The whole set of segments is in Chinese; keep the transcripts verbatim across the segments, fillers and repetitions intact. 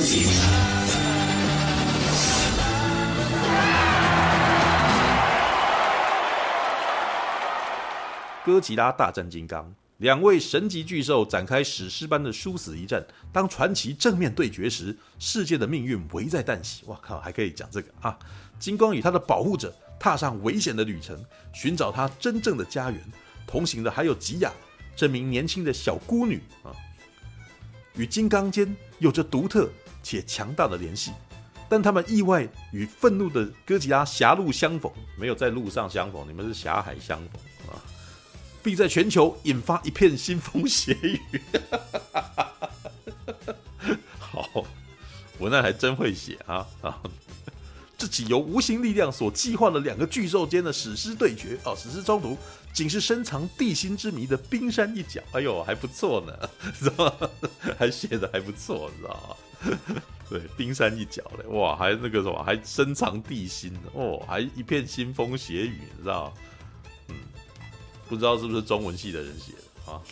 哥吉拉大战金刚，两位神级巨兽展开史诗般的殊死一战。当传奇正面对决时，世界的命运危在旦夕。哇靠，还可以讲这个啊！金刚与他的保护者踏上危险的旅程，寻找他真正的家园。同行的还有吉雅，这名年轻的小孤女啊，与金刚间有着独特且强大的联系。但他们意外与愤怒的哥吉拉狭路相逢，没有在路上相逢，你们是狭海相逢啊！并在全球引发一片腥风血雨。好，文案还真会写啊！啊，这起由无形力量所计划的两个巨兽间的史诗对决哦，史诗冲突，仅是深藏地心之谜的冰山一角。哎呦，还不错呢，知道吗？还写的还不错，知道吗？对，冰山一角嘞，哇，还那个什么，还深藏地心哦，还一片腥风血雨，你知道吗？不知道是不是中文系的人写的啊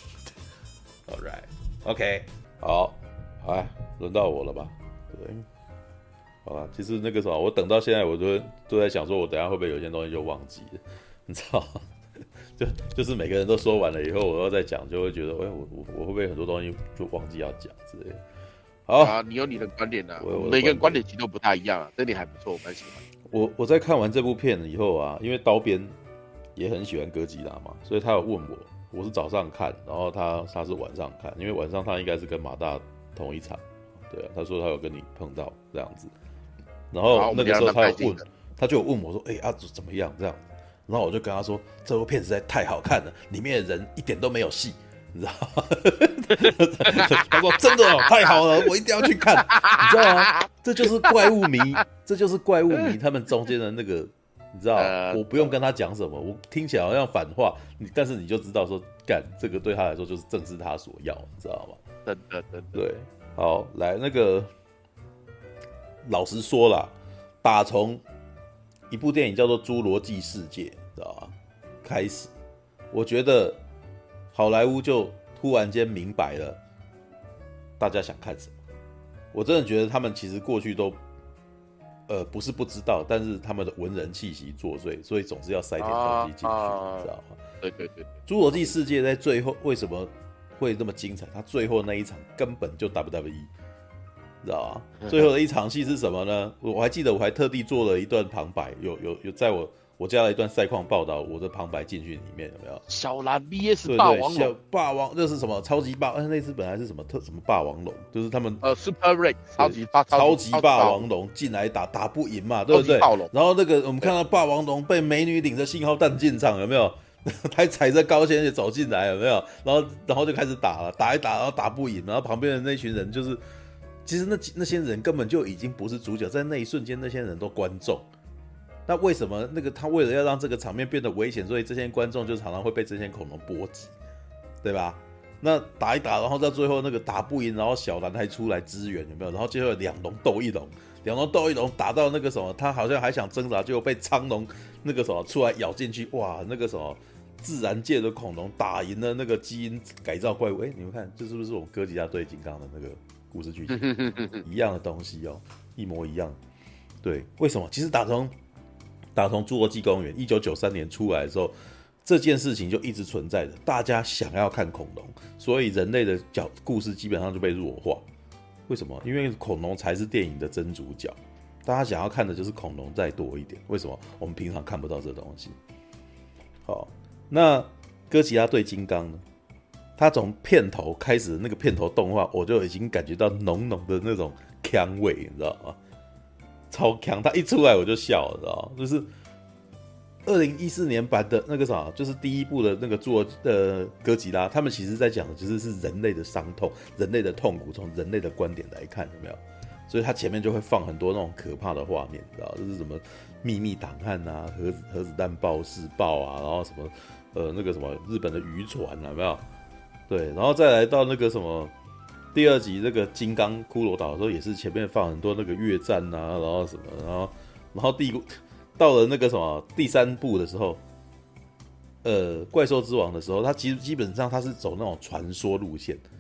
？All right, OK， 好，哎，轮到我了吧？对，好了，其实那个什么，我等到现在，我都都在想说，我等一下会不会有些东西就忘记了，你知道吗？就就是每个人都说完了以后，我要再讲，就会觉得，哎，我我我会不会很多东西就忘记要讲之类的？好啊，你有你的观点啊，我我每个人观点其实都不太一样啊，这点还不错，我蛮喜欢。 我我在看完这部片以后啊，因为刀边也很喜欢哥吉拉嘛，所以他有问我，我是早上看，然后他他是晚上看，因为晚上他应该是跟马大同一场，对啊，他说他有跟你碰到这样子，然后那个时候他有问，他就有问我说，哎、欸、啊怎么样这样，然后我就跟他说，这部片实在太好看了，里面的人一点都没有戏，你知道吗？他说真的哦，太好了，我一定要去看，你知道吗？这就是怪物迷，这就是怪物迷他们中间的那个。你知道，我不用跟他讲什么，我听起来好像反话，你但是你就知道说，干这个对他来说就是正是他所要，你知道吗？ 真的真的。 对，好，来那个，老实说啦，打从一部电影叫做《侏罗纪世界》，知道吗？开始，我觉得好莱坞就突然间明白了大家想看什么。我真的觉得他们其实过去都。呃，不是不知道，但是他们的文人气息作祟，所以总是要塞点东西进去，啊、你知道吗？ 对对对。 侏罗纪世界在最后为什么会这么精彩？它最后那一场根本就 W W E， 知道吗？最后的一场戏是什么呢？我还记得，我还特地做了一段旁白，有有有在我我加了一段赛况报道，我的旁白进去里面有没有？ 小蓝 V S 霸王龙， 霸王那是什么？超级霸？哎，那次本来是什么特什么霸王龙？就是他们呃 Super Ray 超级霸超级霸王龙进来打打不赢嘛，对不对？然后那个我们看到霸王龙被美女领着信号弹进场，有没有？还踩着高舷就走进来，有没有？然后然后就开始打了，打一打，然后打不赢，然后旁边的那群人就是，其实那那些人根本就已经不是主角，在那一瞬间，那些人都观众。那为什么那个他为了要让这个场面变得危险，所以这些观众就常常会被这些恐龙波及，对吧？那打一打，然后到最后那个打不赢，然后小兰还出来支援，有没有？然后最后两龙斗一龙，两龙斗一龙，打到那个什么，他好像还想挣扎，结果被苍龙那个什么出来咬进去，哇，那个什么自然界的恐龙打赢了那个基因改造怪物，哎，你们看这是不是我们哥吉拉对金刚的那个故事剧情一样的东西哦，一模一样。对，为什么？其实打从打从《侏罗纪公园》一九九三年出来的时候，这件事情就一直存在着。大家想要看恐龙，所以人类的角故事基本上就被弱化。为什么？因为恐龙才是电影的真主角，大家想要看的就是恐龙再多一点。为什么？我们平常看不到这东西。好，那哥吉拉对金刚呢？他从片头开始那个片头动画，我就已经感觉到浓浓的那种呛味，你知道吗？超强，他一出来我就笑了，知道吗？就是二零一四年版的那个啥，就是第一部的那个做呃哥吉拉，他们其实在讲的其实是人类的伤痛、人类的痛苦，从人类的观点来看，有没有？所以他前面就会放很多那种可怕的画面，知道吗？就是什么秘密档案啊、核核子弹爆试爆啊，然后什么呃那个什么日本的渔船啊，有没有？对，然后再来到那个什么。第二集这个金刚骷髅岛的时候，也是前面放很多那个越战啊，然后什么，然后然后第到了那个什么第三部的时候，呃，怪兽之王的时候，它其实基本上它是走那种传说路线，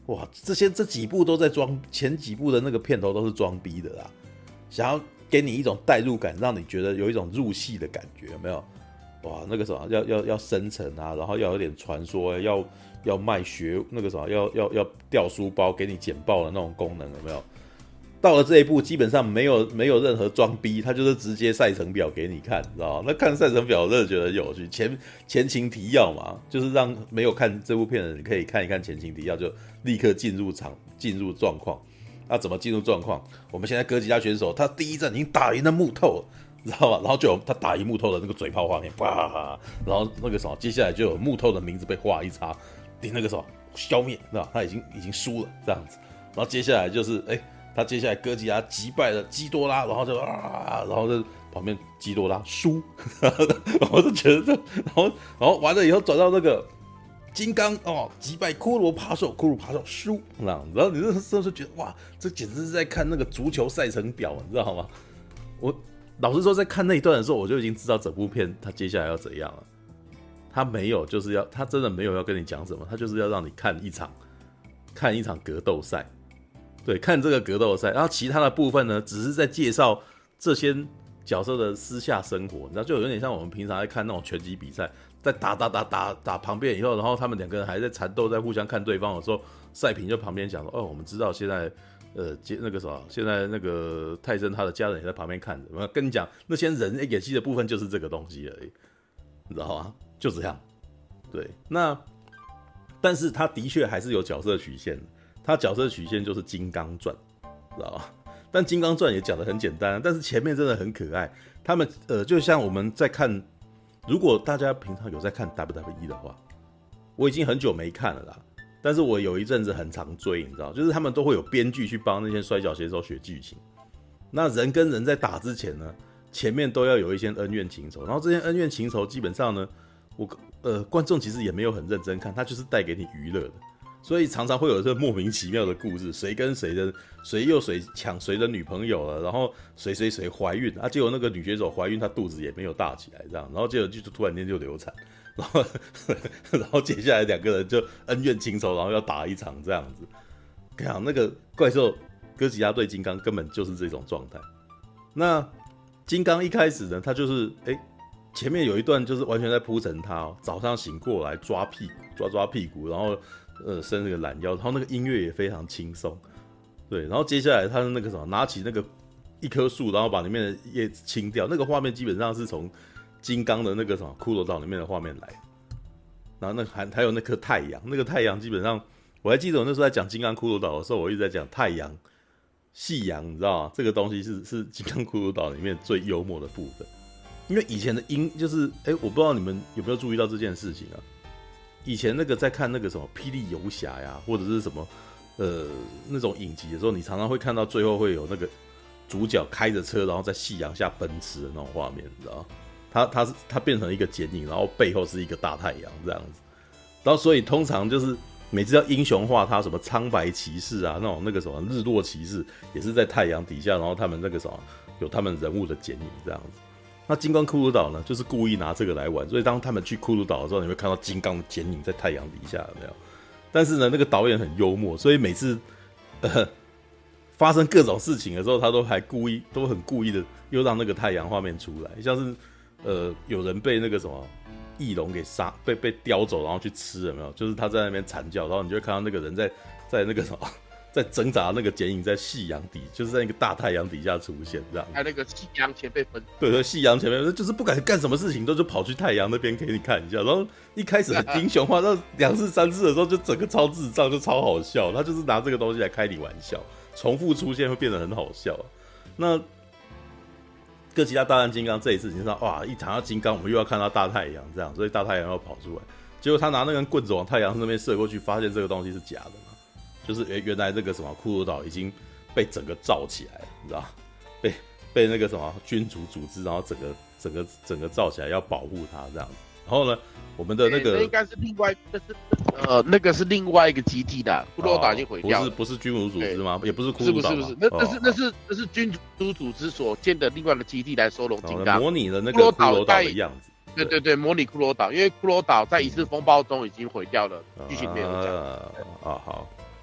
哇，这些这几部都在装，前几部的那个片头都是装逼的啦，想要给你一种代入感，让你觉得有一种入戏的感觉，有没有？哇，那个什么要要要深沉啊，然后要有点传说，要要卖学那个什么，要要要掉书包给你简报的那种功能，有没有？到了这一步，基本上没有没有任何装逼，他就是直接赛程表给你看，知道吗？那看赛程表，我真的觉得很有趣。前前情提要嘛，就是让没有看这部片的人可以看一看前情提要，就立刻进入场进入状况。那、啊、怎么进入状况？我们现在哥吉拉选手，他第一战已经打赢了木透了，知道吧？然后就有他打赢木透的那个嘴炮画面，哇！然后那个什么，接下来就有木透的名字被画一叉，你那个什么消灭，知道他已经已经输了这样子。然后接下来就是哎。欸他接下来哥吉拉击败了基多拉，然后就啊，然后就旁边基多拉输，然后就觉得这，然后然后完了以后转到那个金刚哦，击败骷髅爬兽，骷髅爬兽输，然后你这时候就觉得哇，这简直是在看那个足球赛程表，你知道吗？我老实说，在看那一段的时候，我就已经知道整部片他接下来要怎样了。他没有，就是要他真的没有要跟你讲什么，他就是要让你看一场看一场格斗赛。对，看这个格斗赛，然后其他的部分呢，只是在介绍这些角色的私下生活，你知道，就有点像我们平常在看那种拳击比赛，在打打打打打旁边以后，然后他们两个人还在缠斗，在互相看对方的时候，赛评就旁边讲说，哦，我们知道现在，呃，那个什么，现在那个泰森他的家人也在旁边看着，我跟你讲，那些人演戏的部分就是这个东西而已，你知道吗？就这样，对，那但是他的确还是有角色曲线的。他角色曲线就是《金刚传》，知道吧？但《金刚传》也讲得很简单，但是前面真的很可爱。他们呃，就像我们在看，如果大家平常有在看 W W E 的话，我已经很久没看了啦。但是我有一阵子很常追，你知道，就是他们都会有编剧去帮那些摔跤选手写剧情。那人跟人在打之前呢，前面都要有一些恩怨情仇，然后这些恩怨情仇基本上呢，我呃观众其实也没有很认真看，他就是带给你娱乐的。所以常常会有这莫名其妙的故事，谁跟谁的，谁又谁抢谁的女朋友了，然后谁谁谁怀孕啊，结果那个女选手怀孕，她肚子也没有大起来，这样，然后结果就突然间就流产，然后然后接下来两个人就恩怨情仇，然后要打一场这样子。跟你讲，那个怪兽哥吉拉对金刚根本就是这种状态。那金刚一开始呢，他就是哎、欸，前面有一段就是完全在铺陈他、哦、早上醒过来抓屁股，抓抓屁股，然后。呃，伸那个懒腰，然后那个音乐也非常轻松，对，然后接下来他的那个什么，拿起那个一棵树，然后把里面的叶子清掉，那个画面基本上是从金刚的那个什么骷髅岛里面的画面来，然后那还还有那颗太阳，那个太阳基本上，我还记得我那时候在讲金刚骷髅岛的时候，我一直在讲太阳、夕阳，你知道吗？这个东西是是金刚骷髅岛里面最幽默的部分，因为以前的音就是，哎，我不知道你们有没有注意到这件事情啊？以前那个在看那个什么霹雳游侠呀，或者是什么呃那种影集的时候，你常常会看到最后会有那个主角开着车，然后在夕阳下奔驰的那种画面，你知道吗？他他是他变成一个剪影，然后背后是一个大太阳这样子。然后所以通常就是每次要英雄化他，什么苍白骑士啊，那种那个什么日落骑士，也是在太阳底下，然后他们那个什么有他们人物的剪影这样子。那金刚骷髅岛呢，就是故意拿这个来玩，所以当他们去骷髅岛的时候，你会看到金刚的剪影在太阳底下，有没有？但是呢，那个导演很幽默，所以每次呃发生各种事情的时候，他都还故意，都很故意的又让那个太阳画面出来，像是呃有人被那个什么翼龙给杀，被被叼走，然后去吃，有没有？就是他在那边惨叫，然后你就会看到那个人在在那个什么。在挣扎，那个剪影在夕阳底，就是在那个大太阳底下出现，这样。 还有那个夕阳前辈分， 对对，夕阳前辈就是不敢干什么事情，都就跑去太阳那边给你看一下。然后一开始很英雄化，到两次三次的时候，就整个超智障，就超好笑。他就是拿这个东西来开你玩笑，重复出现会变得很好笑。那哥吉拉大战金刚这一次，你知道哇，一谈到金刚，我们又要看到大太阳这样，所以大太阳要跑出来。结果他拿那根棍子往太阳那边射过去，发现这个东西是假的嘛。就是原来这个什么骷髅岛已经被整个罩起来了，你知道？被被那个什么君主组织，然后整个整个整个罩起来，要保护它这样子。然后呢，我们的那个、 欸、那应该是另外，那是呃那个是另外一个基地的，骷髅岛已经毁掉了。 不是不是君主组织吗？也不是骷髅岛吗？ 不是不是不是，那那是、哦、那是那是君主组织所建的另外一个基地来收容金刚， 模拟了那个骷髅岛的样子。 对对对，模拟骷髅岛，因为骷髅岛在一次风暴中已经毁掉了，剧情没有讲。 啊，好。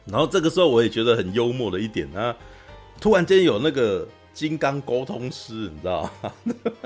然后这个时候我也觉得很幽默的一点啊，突然间有那个金刚沟通师，你知道吗？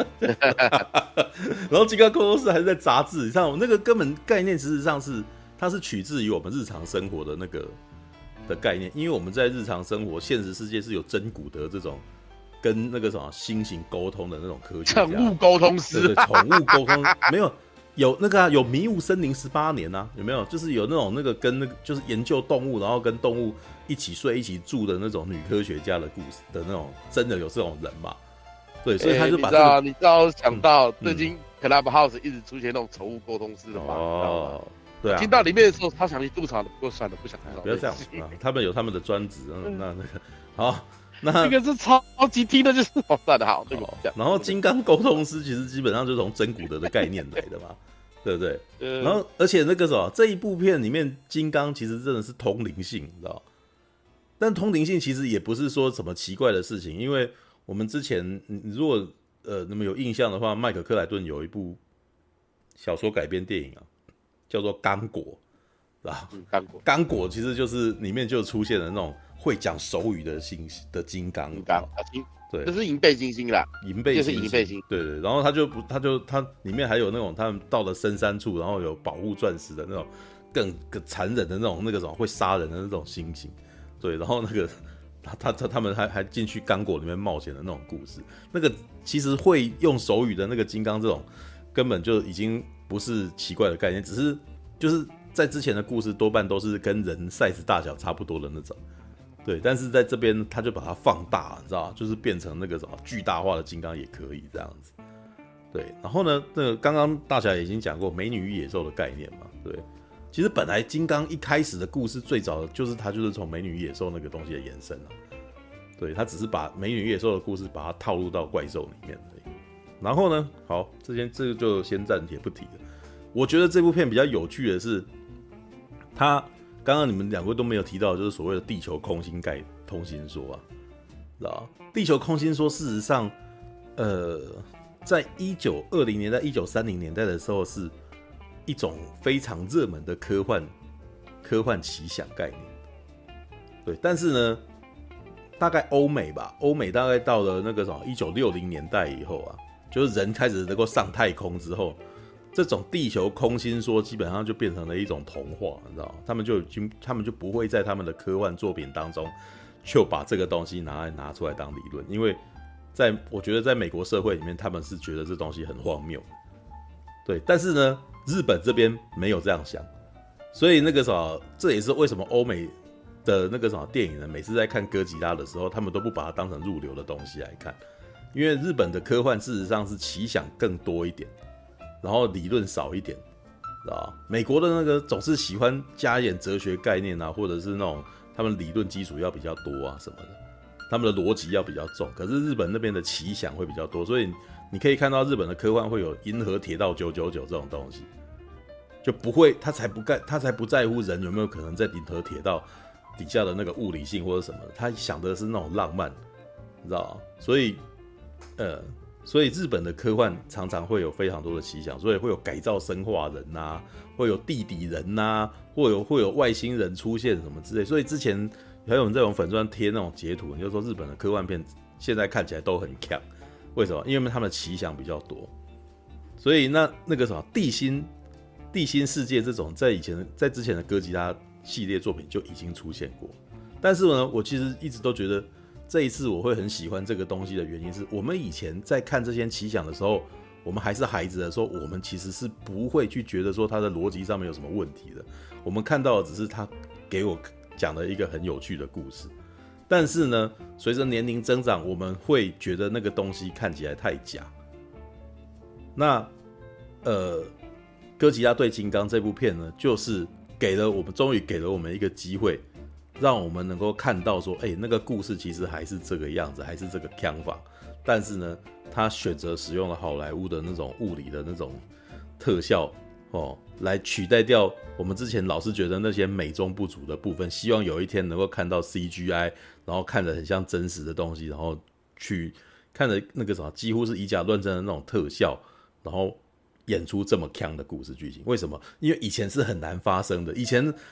然后金刚沟通师还是在杂志，你看我那个根本概念，事实上是它是取自于我们日常生活的那个的概念，因为我们在日常生活、现实世界是有真古德这种跟那个什么猩猩沟通的那种科学家， 宠物沟通师， 对对，宠物沟通没有。有那个、啊、有迷雾森林十八年啊，有没有？就是有那种那个跟那个就是研究动物，然后跟动物一起睡、一起住的那种女科学家的故事的那种，真的有这种人嘛？对，所以他就把、这个欸、你知道，你知道想到、嗯、最近 Clubhouse 一直出现那种宠物沟通师的嘛？ 哦，对啊。 听到里面的时候，他想去吐槽的，不过算了，不想吐槽。 不要这样啊，他们有他们的专职，那那那个好。那这个是超级听的，就是哦，算的好，这个哦。然后金刚沟通师其实基本上就是从真古德的概念来的嘛，对不对？嗯、然后而且那个什么，这一部片里面金刚其实真的是通灵性，你知道？但通灵性其实也不是说什么奇怪的事情，因为我们之前你如果呃你们有印象的话，麦克克莱顿有一部小说改编电影啊，叫做《刚果》啊， 嗯，刚果， 刚果其实就是里面就出现了那种会讲手语的星的金刚， 金刚啊，金对， 这是银背猩猩啦， 银背猩猩就是银背猩猩， 对对，然后他就不，他就他里面还有那种他们到了深山处，然后有保护钻石的那种更更残忍的那种那个什么会杀人的那种猩猩，对，然后那个他他他他们还还进去刚果里面冒险的那种故事，那个其实会用手语的那个金刚这种根本就已经不是奇怪的概念，只是就是在之前的故事多半都是跟人 size 大小差不多的那种。对，但是在这边他就把它放大，你知道吗？就是变成那个什么巨大化的金刚也可以这样子。对，然后呢，那个刚刚大侠也已经讲过美女与野兽的概念嘛。对，其实本来金刚一开始的故事最早的就是他就是从美女与野兽那个东西的延伸啊。对，他只是把美女与野兽的故事把它套入到怪兽里面而已。然后呢，好，这先这个就先暂且不提了。我觉得这部片比较有趣的是，他。刚刚你们两位都没有提到，就是所谓的地球空心概通心说啊，知道吗？地球空心说事实上，呃，在一九二零年代、一九三零年代的时候，是一种非常热门的科幻科幻奇想概念。对，但是呢，大概欧美吧，欧美大概到了那个什么一九六零年代以后啊，就是人开始能够上太空之后。这种地球空心说基本上就变成了一种童话，你知道吗？他们就已经，他们就不会在他们的科幻作品当中就把这个东西拿来拿出来当理论，因为在我觉得在美国社会里面，他们是觉得这东西很荒谬，对。但是呢，日本这边没有这样想，所以那个什么，这也是为什么欧美的那个什么电影人每次在看哥吉拉的时候，他们都不把它当成入流的东西来看，因为日本的科幻事实上是奇想更多一点。然后理论少一点，知道吧？美国的那个总是喜欢加一点哲学概念啊，或者是那种他们理论基础要比较多啊什么的，他们的逻辑要比较重。可是日本那边的奇想会比较多，所以你可以看到日本的科幻会有银河铁道九九九这种东西，就不会他才不干，他才不在乎人有没有可能在银河铁道底下的那个物理性或者什么，他想的是那种浪漫，你知道吗？所以，呃。所以日本的科幻常常会有非常多的奇想，所以会有改造生化人呐、啊，会有地底人呐、啊，或有会有外星人出现什么之类。所以之前还有人在我们粉专贴那种截图，你就说日本的科幻片现在看起来都很强，为什么？因为他们的奇想比较多。所以那那个什么地心地心世界这种，在以前在之前的哥吉拉系列作品就已经出现过。但是呢，我其实一直都觉得。这一次我会很喜欢这个东西的原因是，我们以前在看这些奇想的时候，我们还是孩子的时候，我们其实是不会去觉得说它的逻辑上面有什么问题的。我们看到的只是他给我讲了一个很有趣的故事。但是呢，随着年龄增长，我们会觉得那个东西看起来太假。那呃，哥吉拉对金刚这部片呢，就是给了我们，终于给了我们一个机会。让我们能够看到说，哎、欸，那个故事其实还是这个样子，还是这个腔法，但是呢，他选择使用了好莱坞的那种物理的那种特效哦，来取代掉我们之前老是觉得那些美中不足的部分，希望有一天能够看到 C G I， 然后看着很像真实的东西，然后去看着那个什么几乎是以假乱真的那种特效，然后演出这么腔的故事剧情。为什么？因为以前是很难发生的，以前。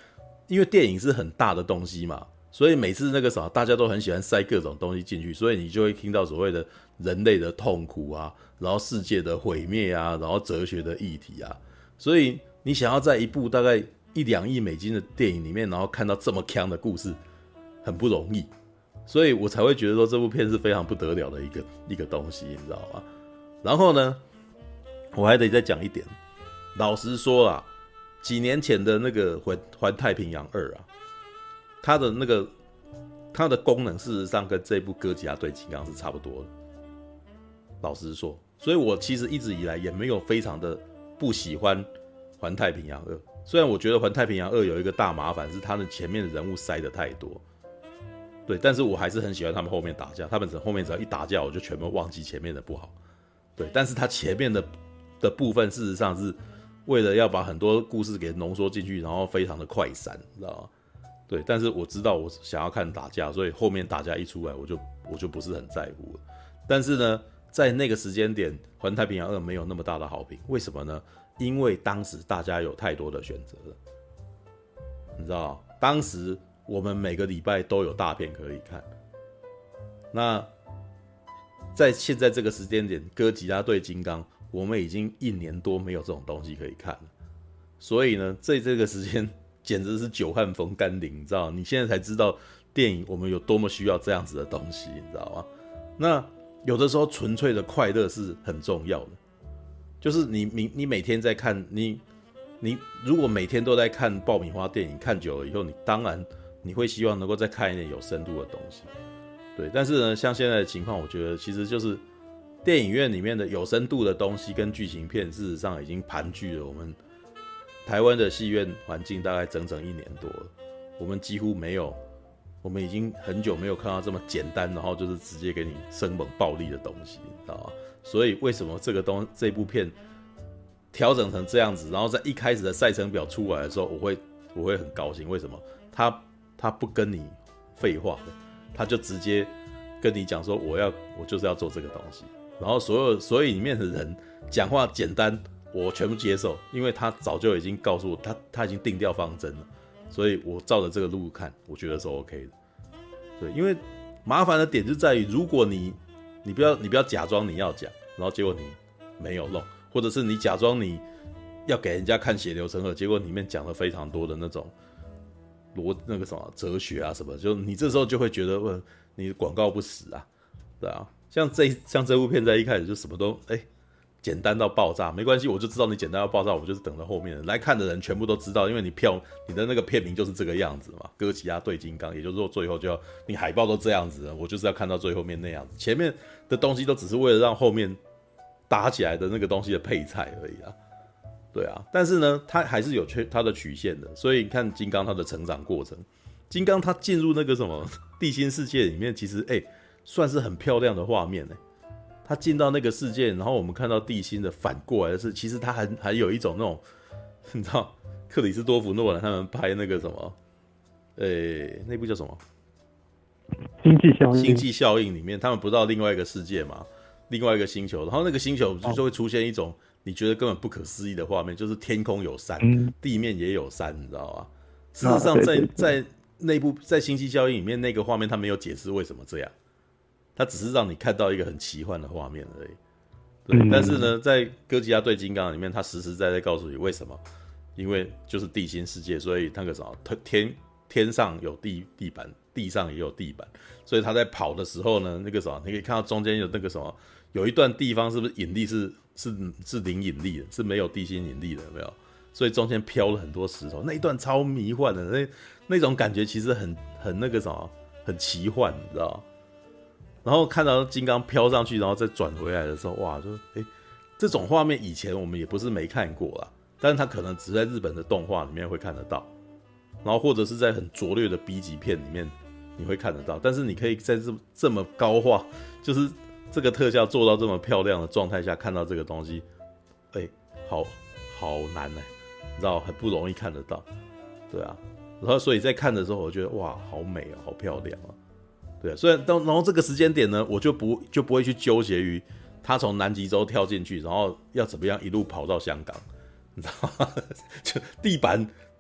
因为电影是很大的东西嘛，所以每次那个啥，大家都很喜欢塞各种东西进去，所以你就会听到所谓的人类的痛苦啊，然后世界的毁灭啊，然后哲学的议题啊，所以你想要在一部大概一两亿美金的电影里面，然后看到这么强的故事，很不容易，所以我才会觉得说这部片是非常不得了的一个一个东西，你知道吗？然后呢，我还得再讲一点，老实说啦，几年前的那个环环太平洋二啊，它的那个它的功能事实上跟这部哥吉拉对金刚是差不多的。老实说，所以我其实一直以来也没有非常的不喜欢环太平洋二。虽然我觉得环太平洋二有一个大麻烦是它的前面的人物塞得太多，对，但是我还是很喜欢他们后面打架。他们后面只要一打架，我就全部忘记前面的不好。对，但是它前面的的部分事实上是为了要把很多故事给浓缩进去，然后非常的快闪，你知道吗？对，但是我知道我想要看打架，所以后面打架一出来，我就我就不是很在乎了。但是呢，在那个时间点，《环太平洋二》没有那么大的好评，为什么呢？因为当时大家有太多的选择了，你知道，当时我们每个礼拜都有大片可以看。那在现在这个时间点，哥吉拉对金刚，我们已经一年多没有这种东西可以看了。所以呢，在这个时间简直是久旱逢甘霖，你知道，你现在才知道电影我们有多么需要这样子的东西，你知道吗？那有的时候纯粹的快乐是很重要的。就是你你你每天在看，你你如果每天都在看爆米花电影，看久了以后，你当然你会希望能够再看一点有深度的东西，对。但是呢，像现在的情况，我觉得其实就是电影院里面的有深度的东西跟剧情片，事实上已经盘踞了我们台湾的戏院环境大概整整一年多了。我们几乎没有，我们已经很久没有看到这么简单，然后就是直接给你生猛暴力的东西，你知道吗？所以为什么这个东这部片调整成这样子，然后在一开始的赛程表出来的时候，我会我会很高兴。为什么？他他不跟你废话的，他就直接跟你讲说，我要我就是要做这个东西。然后所有所有里面的人讲话简单，我全部接受，因为他早就已经告诉我，他他已经定调方针了，所以我照着这个路看，我觉得是 OK 的。对，因为麻烦的点就在于，如果你你不要你不要假装你要讲，然后结果你没有弄，或者是你假装你要给人家看血流成河，结果里面讲了非常多的那种逻那个什么哲学啊什么，就你这时候就会觉得，问你广告不实啊，对啊，像这像这部片在一开始就什么都哎、欸、简单到爆炸，没关系，我就知道你简单到爆炸，我就是等着后面的来看的人全部都知道，因为你票你的那个片名就是这个样子嘛，哥吉拉对金刚，也就是说最后就要你海报都这样子了，我就是要看到最后面那样子，前面的东西都只是为了让后面打起来的那个东西的配菜而已啊，对啊，但是呢，它还是有它的曲线的，所以你看金刚它的成长过程，金刚它进入那个什么地心世界里面，其实哎、欸、算是很漂亮的画面哎、欸，他进到那个世界，然后我们看到地心的反过来的是，其实他还还有一种那种，你知道，克里斯多夫诺兰他们拍那个什么，呃、欸，那部叫什么？ 星际效应。 星际效应里面，他们不到另外一个世界嘛，另外一个星球，然后那个星球就会出现一种你觉得根本不可思议的画面，就是天空有山，嗯、地面也有山，你知道吗？事实上在，在、啊、对对对在那部在星际效应里面那个画面，他没有解释为什么这样。它只是让你看到一个很奇幻的画面而已，对。嗯、但是呢，在哥吉拉对金刚里面，它实实在在告诉你为什么，因为就是地心世界，所以那个什么天天上有地地板，地上也有地板，所以他在跑的时候呢，那个什么，你可以看到中间有那个什么，有一段地方是不是引力是是是零引力的，是没有地心引力的，有没有？所以中间飘了很多石头，那一段超迷幻的，那那种感觉其实很很那个什么，很奇幻，你知道吗？然后看到金刚飘上去，然后再转回来的时候，哇，就哎，这种画面以前我们也不是没看过啦，但是它可能只在日本的动画里面会看得到，然后或者是在很拙劣的 B 级片里面你会看得到，但是你可以在这这么高画，就是这个特效做到这么漂亮的状态下看到这个东西，哎，好好难哎、欸，你知道很不容易看得到，对啊，然后所以在看的时候，我觉得哇，好美哦，好漂亮啊。对，所以到然后这个时间点呢，我就不就不会去纠结于他从南极洲跳进去，然后要怎么样一路跑到香港，你知道吗？就地板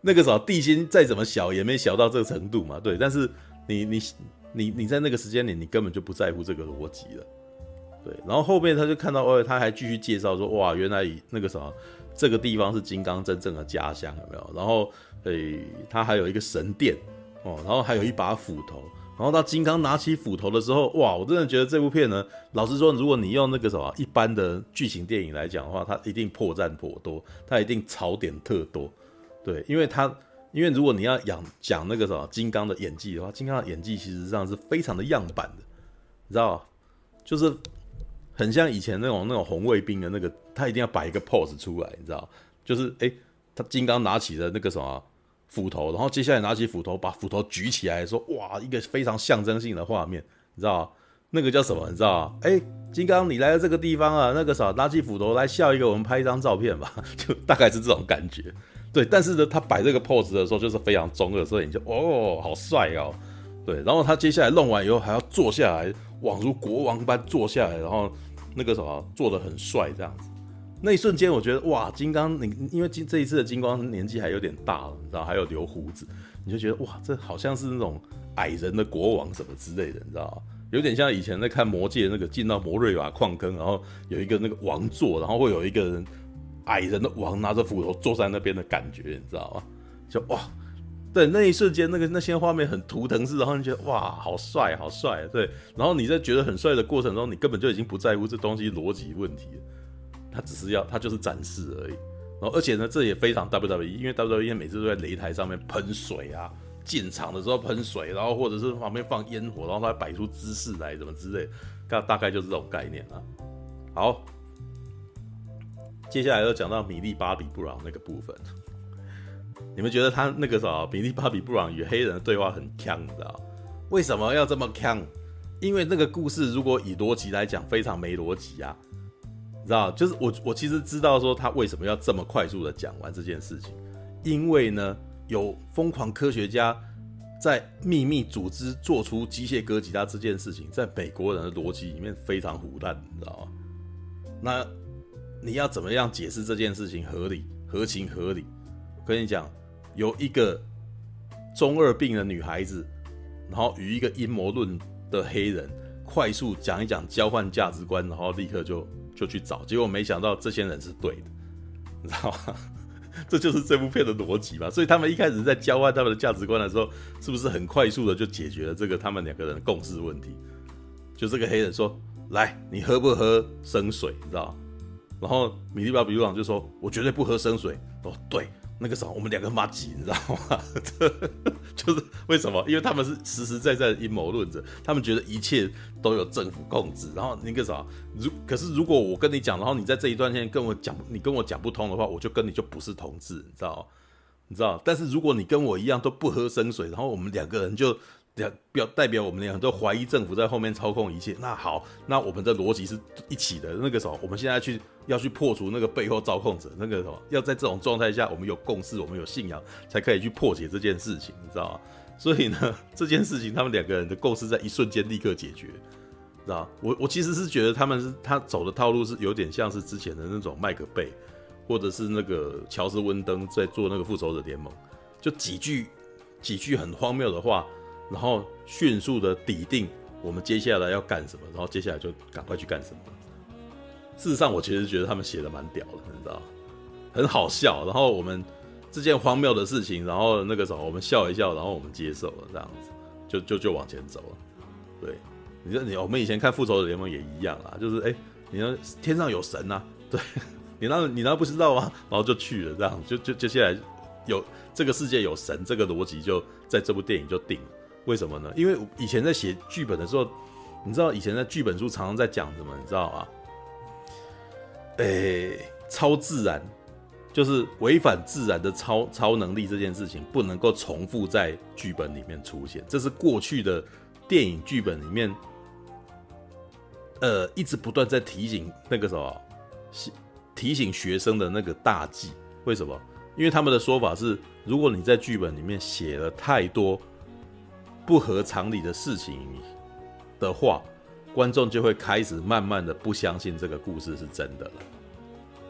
那个时候地心再怎么小也没小到这个程度嘛，对。但是你你你你在那个时间点，你根本就不在乎这个逻辑了，对。然后后面他就看到，哦，他还继续介绍说，哇，原来那个什么这个地方是金刚真正的家乡，有没有？然后，诶，他还有一个神殿哦，然后还有一把斧头。然后到金刚拿起斧头的时候，哇！我真的觉得这部片呢，老实说，如果你用那个什么一般的剧情电影来讲的话，它一定破绽颇多，它一定槽点特多，对，因为它，因为如果你要讲讲那个什么金刚的演技的话，金刚的演技其实上是非常的样板的，你知道吗？就是很像以前那种那种红卫兵的那个，他一定要摆一个 pose 出来，你知道，就是哎，他金刚拿起了那个什么斧头，然后接下来拿起斧头，把斧头举起来，说哇，一个非常象征性的画面，你知道吗？那个叫什么？你知道吗？哎，金刚，你来到这个地方啊，那个啥，拿起斧头来笑一个，我们拍一张照片吧，就大概是这种感觉。对，但是呢，他摆这个 pose 的时候就是非常中二，所以你就哦，好帅哦。对，然后他接下来弄完以后还要坐下来，宛如国王般坐下来，然后那个什么做得很帅这样子。那一瞬间，我觉得哇，金刚，你因为这一次的金刚年纪还有点大了，你知道，还有留胡子，你就觉得哇，这好像是那种矮人的国王什么之类的，你知道吗？有点像以前在看魔戒那个进到摩瑞瓦矿坑，然后有一个那个王座，然后会有一个人矮人的王拿着斧头坐在那边的感觉，你知道吗？就哇，对，那一瞬间那个那些画面很图腾式，然后你觉得哇，好帅，好帅，对，然后你在觉得很帅的过程中，你根本就已经不在乎这东西逻辑问题了。他只是要，他就是展示而已。然后，而且呢，这也非常 W W E， 因为 W W E 每次都在擂台上面喷水啊，进场的时候喷水，然后或者是旁边放烟火，然后他摆出姿势来，什么之类的，大概就是这种概念啊。好，接下来又讲到米莉巴比布朗那个部分，你们觉得他那个啥，米莉巴比布朗与黑人的对话很鏘，你知道为什么要这么鏘？因为那个故事如果以逻辑来讲，非常没逻辑啊。你知道，就是我我其实知道说他为什么要这么快速的讲完这件事情，因为呢，有疯狂科学家在秘密组织做出机械哥吉拉这件事情，在美国人的逻辑里面非常胡乱，你知道吗？那你要怎么样解释这件事情合理、合情合理？我跟你讲，有一个中二病的女孩子，然后与一个阴谋论的黑人快速讲一讲交换价值观，然后立刻就。就去找，结果没想到这些人是对的，你知道吗？这就是这部片的逻辑嘛。所以他们一开始在交换他们的价值观的时候，是不是很快速的就解决了这个他们两个人的共识问题？就这个黑人说：“来，你喝不喝生水？”你知道吗？然后米莉巴比布朗就说：“我绝对不喝生水。”哦，对。那个时候我们两个麻吉，你知道吗？就是为什么？因为他们是实实在在的阴谋论者，他们觉得一切都有政府控制。然后那个啥，如可是如果我跟你讲，然后你在这一段线跟我讲，你跟我讲不通的话，我就跟你就不是同志，你知道吗？你知道？但是如果你跟我一样都不喝生水，然后我们两个人就表代表我们两个都怀疑政府在后面操控一切，那好，那我们的逻辑是一起的。那个时候，我们现在去要去破除那个背后操控者，那个什么，要在这种状态下，我们有共识，我们有信仰，才可以去破解这件事情，你知道吗？所以呢，这件事情他们两个人的共识在一瞬间立刻解决，知道吗？我我其实是觉得他们是他走的套路是有点像是之前的那种麦克贝，或者是那个乔斯温登在做那个复仇者联盟，就几句几句很荒谬的话。然后迅速的抵定我们接下来要干什么，然后接下来就赶快去干什么。事实上，我其实觉得他们写的蛮屌的，你知道，很好笑。然后我们这件荒谬的事情，然后那个什么，我们笑一笑，然后我们接受了，这样子就就就往前走了。对，你说你我们以前看复仇者联盟也一样啊，就是哎，你说天上有神啊，对，你那你那不知道吗？然后就去了，这样就就接下来有这个世界有神，这个逻辑就在这部电影就定了。为什么呢？因为以前在写剧本的时候，你知道以前在剧本书常常在讲什么，你知道吗？诶，超自然，就是违反自然的超超能力这件事情，不能够重复在剧本里面出现。这是过去的电影剧本里面，呃，一直不断在提醒那个什么，提醒学生的那个大忌。为什么？因为他们的说法是，如果你在剧本里面写了太多不合常理的事情的话，观众就会开始慢慢的不相信这个故事是真的了。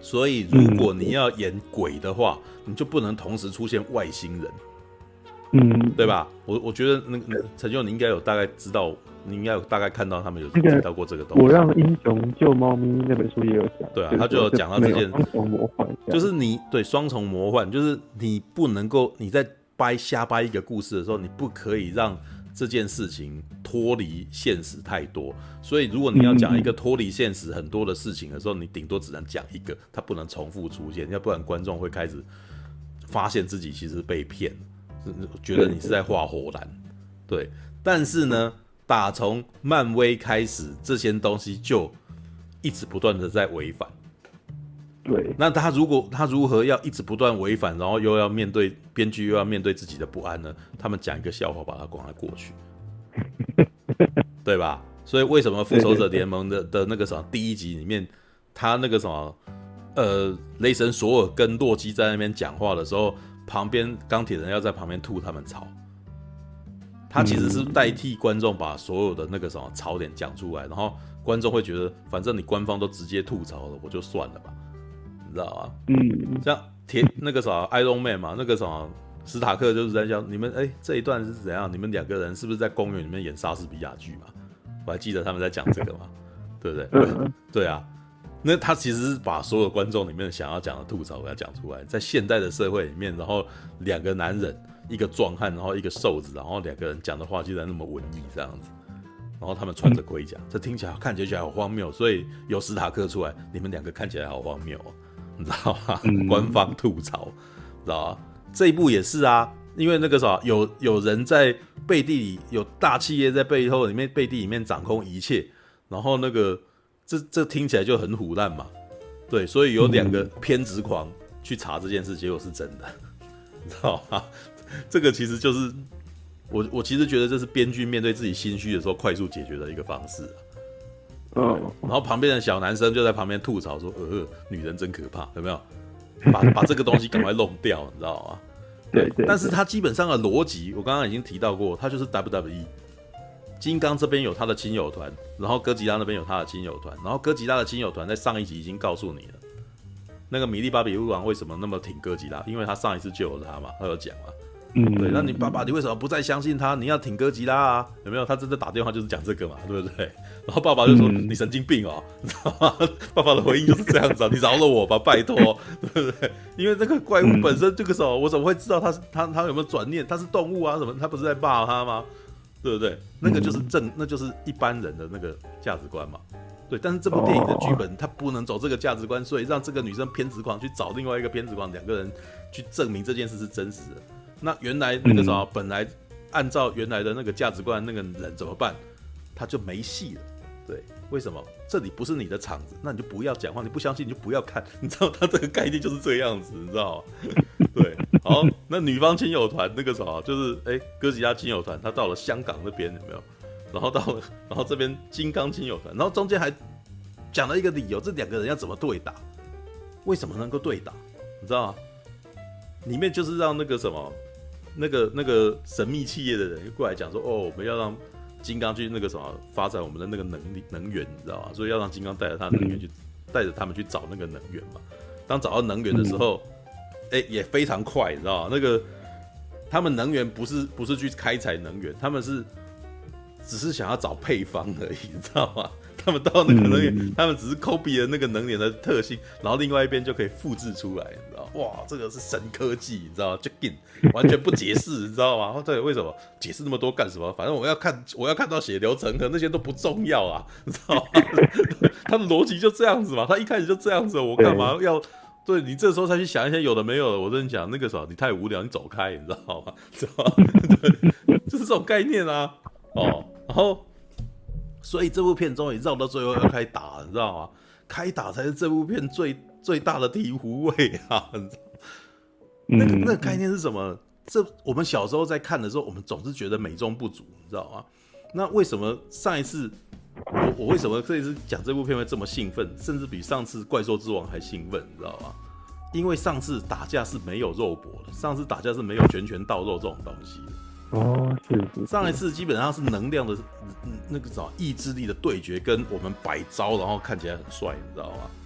所以如果你要演鬼的话，你就不能同时出现外星人， 嗯， 对吧？我我觉得那个陈佑，你应该有大概知道，你应该有大概看到他们有提到过这个东西。 我让英雄救猫咪那本书也有讲， 对啊，他就有讲到这件双重魔幻， 就是你对双重魔幻，就是你不能够你在掰瞎掰一个故事的时候，你不可以让这件事情脱离现实太多。所以如果你要讲一个脱离现实很多的事情的时候，你顶多只能讲一个，它不能重复出现，要不然观众会开始发现自己其实被骗，觉得你是在画火蓝。对，但是呢，打从漫威开始，这些东西就一直不断的在违反。 对， 那他如果他如何要一直不断违反，然后又要面对编剧又要面对自己的不安呢？他们讲一个笑话把它赶快过去，对吧？所以为什么复仇者联盟的的那个什么第一集里面，他那个什么呃雷神索尔跟洛基在那边讲话的时候，旁边钢铁人要在旁边吐他们槽，他其实是代替观众把所有的那个什么槽点讲出来，然后观众会觉得反正你官方都直接吐槽了，我就算了吧。你知道吗？嗯，像铁那个啥 Iron Man 嘛，那个啥史塔克就是在讲你们，哎、欸，这一段是怎样？你们两个人是不是在公园里面演莎士比亚剧嘛？我还记得他们在讲这个嘛，对不对？对，对啊。那他其实是把所有观众里面想要讲的吐槽给他讲出来，在现代的社会里面，然后两个男人，一个壮汉，然后一个瘦子，然后两个人讲的话竟然那么文艺这样子，然后他们穿着盔甲，这听起来看起来好荒谬，所以有史塔克出来，你们两个看起来好荒谬哦。你知道吗？官方吐槽，知道吗？这一部也是啊，因为那个啥，有有人在背地里，有大企业在背后里面背地里面掌控一切，然后那个这这听起来就很唬烂嘛，对，所以有两个偏执狂去查这件事，结果是真的，你知道吗？这个其实就是我我其实觉得这是编剧面对自己心虚的时候快速解决的一个方式啊。嗯，然后旁边的小男生就在旁边吐槽说：“呃，女人真可怕，有没有？把把这个东西赶快弄掉，你知道吗？”对，对，但是他基本上的逻辑，我刚刚已经提到过，他就是 W W E。金刚这边有他的亲友团，然后哥吉拉那边有他的亲友团，然后哥吉拉的亲友团在上一集已经告诉你了，那个米利巴比乌王为什么那么挺哥吉拉，因为他上一次救了他嘛，他有讲嘛。嗯，对，那你爸爸，你为什么不再相信他？你要挺哥吉拉啊，有没有？他真的打电话就是讲这个嘛，对不对？然后爸爸就说：“嗯、你神经病哦，你知道吗？”爸爸的回应就是这样子啊，你饶了我吧，拜托，对不对？因为那个怪物本身这个时候，我怎么会知道他是他他有没有转念？他是动物啊，什么？他不是在骂他吗？对不对？那个就是正，那就是一般人的那个价值观嘛。对，但是这部电影的剧本它不能走这个价值观，所以让这个女生偏执狂去找另外一个偏执狂，两个人去证明这件事是真实的。那原来那个什么，本来按照原来的那个价值观，那个人怎么办？他就没戏了。对，为什么？这里不是你的场子，那你就不要讲话。你不相信你就不要看。你知道他这个概念就是这样子，你知道吗？对，好，那女方亲友团那个什么，就是哎、欸，哥吉拉亲友团，他到了香港那边有没有？然后到了，然后这边金刚亲友团，然后中间还讲了一个理由，这两个人要怎么对打？为什么能够对打？你知道吗？里面就是让那个什么。那个那个神秘企业的人过来讲说，哦，我们要让金刚去那个什么发展我们的那个能力能源，你知道吗？所以要让金刚带着他的能源去带着他们去找那个能源嘛。当找到能源的时候，哎、欸，也非常快，你知道吗？那个他们能源不是不是去开采能源，他们是只是想要找配方而已，你知道吗？他们到那个能源，嗯、他们只是 copy 了那个能源的特性，然后另外一边就可以复制出来，你知道吗？哇，这个是神科技，你知道吗？就 in 完全不解释，你知道吗？对，为什么解释那么多干什么？反正我要看，我要看到血流成河，那些都不重要啊，你知道吗？他的逻辑就这样子嘛，他一开始就这样子，我干嘛要？对你这时候才去想一些有的没有的，我跟你讲，那个时候你太无聊，你走开，你知道吗？知道吗？对，就是这种概念啊。哦，然后。所以这部片终于绕到最后要开打，你知道吗？开打才是这部片最最大的醍醐味啊！那个那个概念是什么？这我们小时候在看的时候，我们总是觉得美中不足，你知道吗？那为什么上一次我我为什么这一次讲这部片会这么兴奋，甚至比上次《怪兽之王》还兴奋，你知道吗？因为上次打架是没有肉搏的，上次打架是没有拳拳到肉这种东西的。 哦，是是是。 上一次基本上是能量的那个什么意志力的对决，跟我们摆招，然后看起来很帅，你知道吗？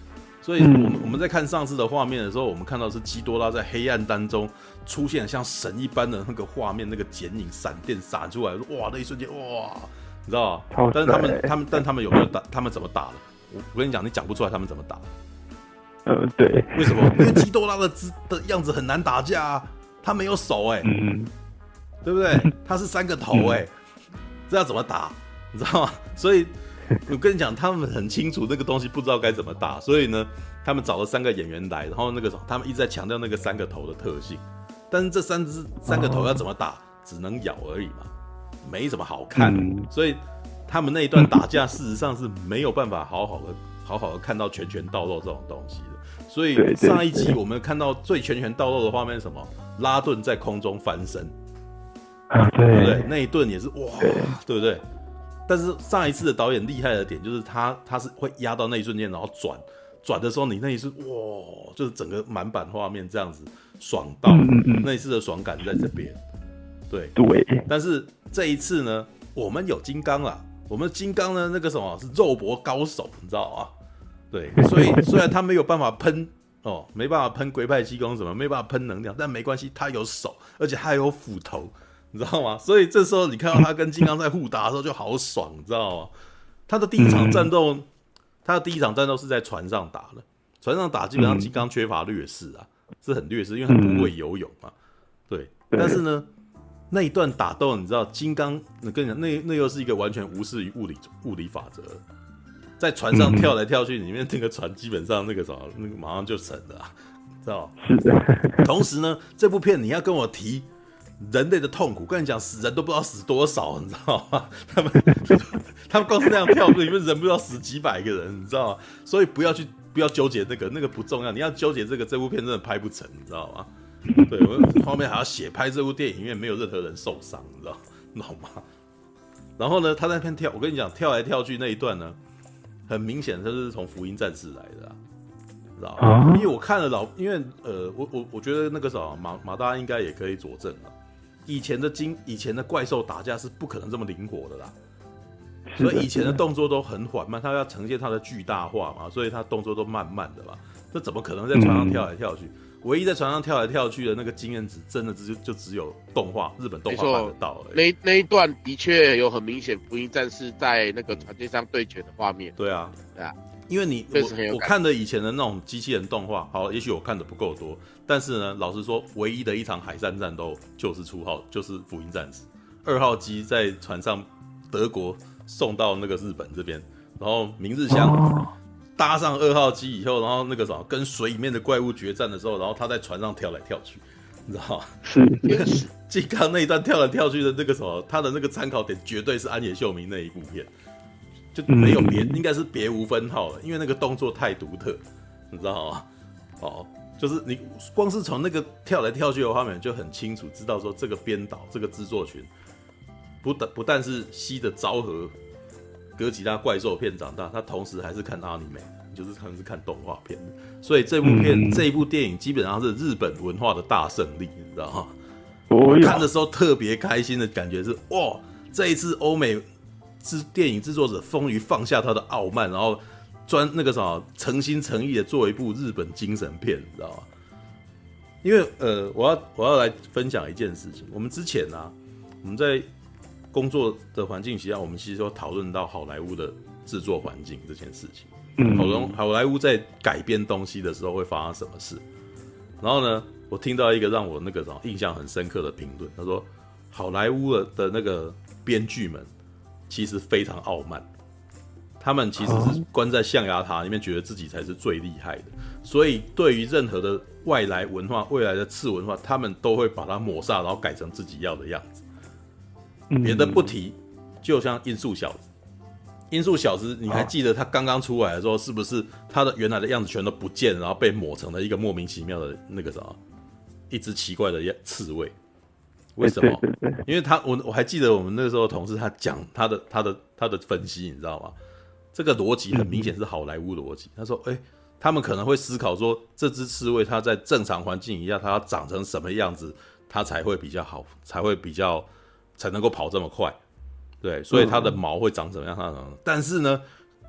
所以我们我们在看上次的画面的时候，我们看到是基多拉在黑暗当中出现像神一般的那个画面，那个剪影、闪电闪出来，哇，那一瞬间，哇，你知道吗？但是他们他们但他们有没有打？他们怎么打的？我我跟你讲，你讲不出来他们怎么打。 呃，对， 为什么？因为基多拉的姿的样子很难打架啊，他没有手哎、欸，嗯，对不对？他是三个头哎、欸，这要怎么打？你知道吗？所以。我跟你讲，他们很清楚那个东西不知道该怎么打，所以呢，他们找了三个演员来，然后那个他们一直在强调那个三个头的特性，但是这三只三个头要怎么打，只能咬而已嘛，没什么好看，嗯、所以他们那一段打架事实上是没有办法好好的好好的看到拳拳到肉这种东西的。所以上一集我们看到最拳拳到肉的画面是什么？拉顿在空中翻身， 啊，对， 对不对？那一顿也是哇，对不对？但是上一次的导演厉害的点就是他他是会压到那一瞬间，然后转转的时候，你那一次哇，就是整个满版画面这样子爽到，嗯嗯嗯那一次的爽感在这边，对对。 但是这一次呢，我们有金刚啦，我们金刚呢那个什么是肉搏高手，你知道吗？对，所以虽然他没有办法喷哦，没办法喷龟派气功什么，没办法喷能量，但没关系，他有手，而且还有斧头。你知道吗？所以这时候你看到他跟金刚在互打的时候就好爽，你知道吗？他的第一场战斗，嗯、他的第一场战斗是在船上打的，船上打基本上金刚缺乏劣势啊，嗯、是很劣势，因为他不会游泳嘛。对，但是呢，那一段打斗，你知道金刚，我跟你讲，那那又是一个完全无视于物理物理法则，在船上跳来跳去，里面那个船基本上那个什么，那个马上就沉了、啊，知道吗？ 是的。 同时呢，这部片你要跟我提。人类的痛苦，跟你讲，死人都不知道死多少，你知道吗？他们他们光是那样跳，里面人不知道死几百个人，你知道吗？所以不要去不要纠结那个，那个不重要。你要纠结这个，这部片真的拍不成，你知道吗？对，我们后面还要写拍这部电影院没有任何人受伤，你知道你懂吗？然后呢，他在那边跳，我跟你讲，跳来跳去那一段呢，很明显他是从福音战士来的、啊。知道吗？因为我看了老，因为呃，我我我觉得那个啥马马大应该也可以佐证了。以前的金，以前的怪兽打架是不可能这么灵活的啦，所以以前的动作都很缓慢，他要呈现他的巨大化嘛，所以他动作都慢慢的嘛，这怎么可能在船上跳来跳去？嗯、唯一在船上跳来跳去的那个经验值，真的只就只有动画，日本动画办得到而已。那那一段的确有很明显福音战士在那个船舰上对决的画面。 对啊， 对啊。 因为你 我, 我看的以前的那种机器人动画，好，也许我看的不够多，但是呢，老实说，唯一的一场海上战斗就是初号，就是福音战士二号机在船上，德国送到那个日本这边，然后明日香搭上二号机以后，然后那个什么跟水里面的怪物决战的时候，然后他在船上跳来跳去，你知道吗？是金刚那一段跳来跳去的那个什么，他的那个参考点绝对是安野秀明那一部片。就没有别，应该是别无分号了，因为那个动作太独特，你知道吗？哦，就是你光是从那个跳来跳去的画面就很清楚知道说这个编导、这个制作群不但不但是吸的昭和哥吉拉怪兽片长大，他同时还是看阿尼美，就是可能是看动画片，所以这部片、嗯、这一部电影基本上是日本文化的大胜利，你知道吗？我看的时候特别开心的感觉是，哇，这一次欧美。电影制作者终于放下他的傲慢，然后专那个什么诚心诚意的做一部日本精神片，你知道吗？因为呃，我要我要来分享一件事情。我们之前啊，我们在工作的环境下，我们其实有讨论到好莱坞的制作环境这件事情。嗯，好，好莱坞在改编东西的时候会发生什么事？然后呢，我听到一个让我那个什么印象很深刻的评论，他说好莱坞的那个编剧们。其实非常傲慢，他们其实是关在象牙塔里面，觉得自己才是最厉害的，所以对于任何的外来文化、未来的次文化，他们都会把它抹煞，然后改成自己要的样子。别的不提，就像音速小子，音速小子，你还记得他刚刚出来的时候，是不是他的原来的样子全都不见，然后被抹成了一个莫名其妙的那个什么，一只奇怪的刺猬？为什么？对对对，因为他我我还记得我们那个时候同事他讲他的他的他的分析，你知道吗？这个逻辑很明显是好莱坞逻辑。他说，哎、欸，他们可能会思考说，这只刺猬它在正常环境下，它要长成什么样子，它才会比较好，才会比较才能够跑这么快。对，所以它的毛会长什么样？它但是呢，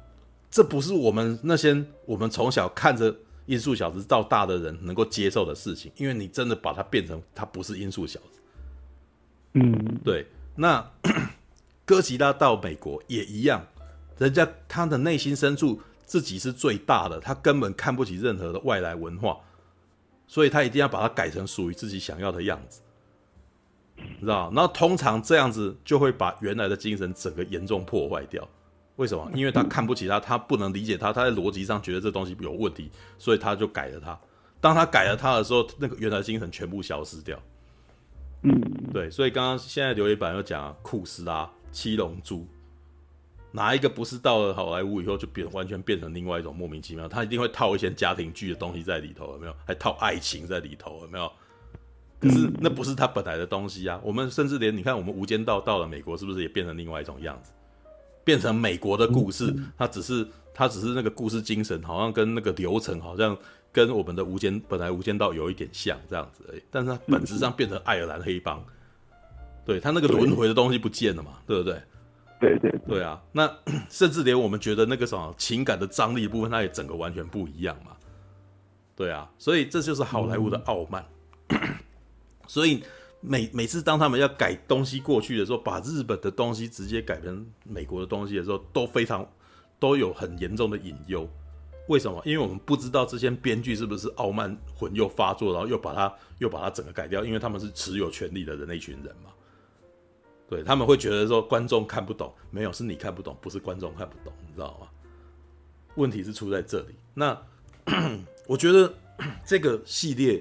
这不是我们那些我们从小看着音速小子到大的人能够接受的事情，因为你真的把它变成他不是音速小子。 嗯， 对。那哥吉拉到美国也一样，人家他的内心深处自己是最大的，他根本看不起任何的外来文化，所以他一定要把它改成属于自己想要的样子，你知道？然后通常这样子就会把原来的精神整个严重破坏掉。为什么？因为他看不起他，他不能理解他，他在逻辑上觉得这东西有问题，所以他就改了他。当他改了他的时候，那个原来的精神全部消失掉。 嗯， 对，所以刚刚现在留言板又讲库斯拉、七龙珠，哪一个不是到了好莱坞以后就变完全变成另外一种莫名其妙？他一定会套一些家庭剧的东西在里头，有没有？还套爱情在里头，有没有？可是那不是他本来的东西啊！我们甚至连你看，我们《无间道》到了美国，是不是也变成另外一种样子？变成美国的故事，它只是它只是那个故事精神，好像跟那个流程好像跟我们的无间本来无间道有一点像这样子而已，但是它本质上变成爱尔兰黑帮，对，它那个轮回的东西不见了嘛，对不对？ 对对对啊，那甚至连我们觉得那个什么情感的张力的部分，它也整个完全不一样嘛，对啊，所以这就是好莱坞的傲慢，所以。每每次当他们要改东西过去的时候，把日本的东西直接改成美国的东西的时候，都非常都有很严重的隐忧。为什么？因为我们不知道这些编剧是不是傲慢魂又发作，然后又把它又把它整个改掉，因为他们是持有权利的人那群人嘛。对，他们会觉得说观众看不懂，没有，是你看不懂，不是观众看不懂，你知道吗？问题是出在这里。那我觉得这个系列。